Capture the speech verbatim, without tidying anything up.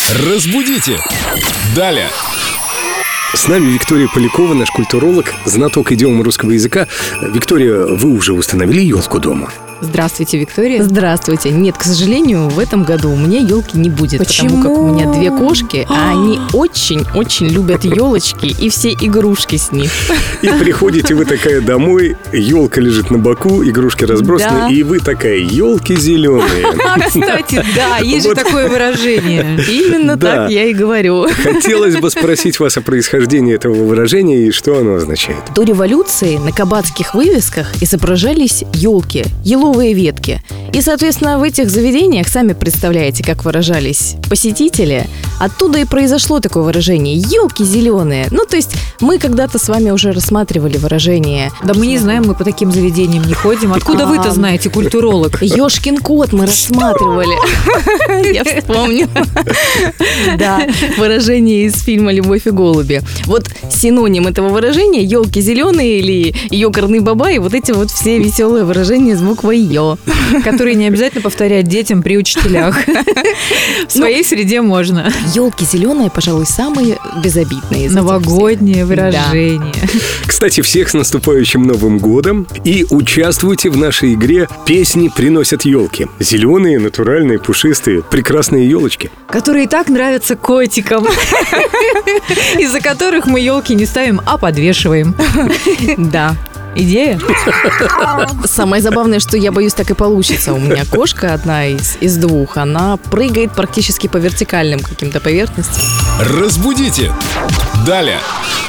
Разбудите! Далее! С нами Виктория Полякова, наш культуролог, знаток идиомы русского языка. Виктория, вы уже установили елку дома? Здравствуйте, Виктория. Здравствуйте. Нет, к сожалению, в этом году у меня елки не будет. Почему? Потому как у меня две кошки, а они очень-очень любят елочки и все игрушки с них. И приходите вы такая домой, елка лежит на боку, игрушки разбросаны, Да. и вы такая: елки зеленые. А, кстати, да, есть же Вот. такое выражение. Именно Да. так я и говорю. Хотелось бы спросить вас о происхождении этого выражения и что оно означает. До революции на кабацких вывесках изображались елки, еловые ветки. И, соответственно, в этих заведениях, сами представляете, как выражались посетители, оттуда и произошло такое выражение «елки зеленые». Ну, то есть мы когда-то с вами уже рассматривали выражение. Да мы не знаем, мы по таким заведениям не ходим. Откуда А. вы-то знаете, культуролог? Ёшкин кот мы рассматривали. Я вспомнила. Да, выражение из фильма «Любовь и голуби». Вот синоним этого выражения — елки зеленые или ёкарный бабай, вот эти вот все веселые выражения с буквой «ё». Которые не обязательно повторять детям при учителях. В своей среде можно. Елки зеленые, пожалуй, самые безобидные из этих Новогоднее всех. выражение. Кстати, всех с наступающим Новым годом. И участвуйте в нашей игре «Песни приносят елки». Зеленые, натуральные, пушистые, прекрасные елочки. Которые так нравятся котикам. Из-за которых мы елки не ставим, а подвешиваем. Да. Идея? Самое забавное, что я боюсь, так и получится. У меня кошка одна из, из двух, она прыгает практически по вертикальным каким-то поверхностям. Разбудите! Далее!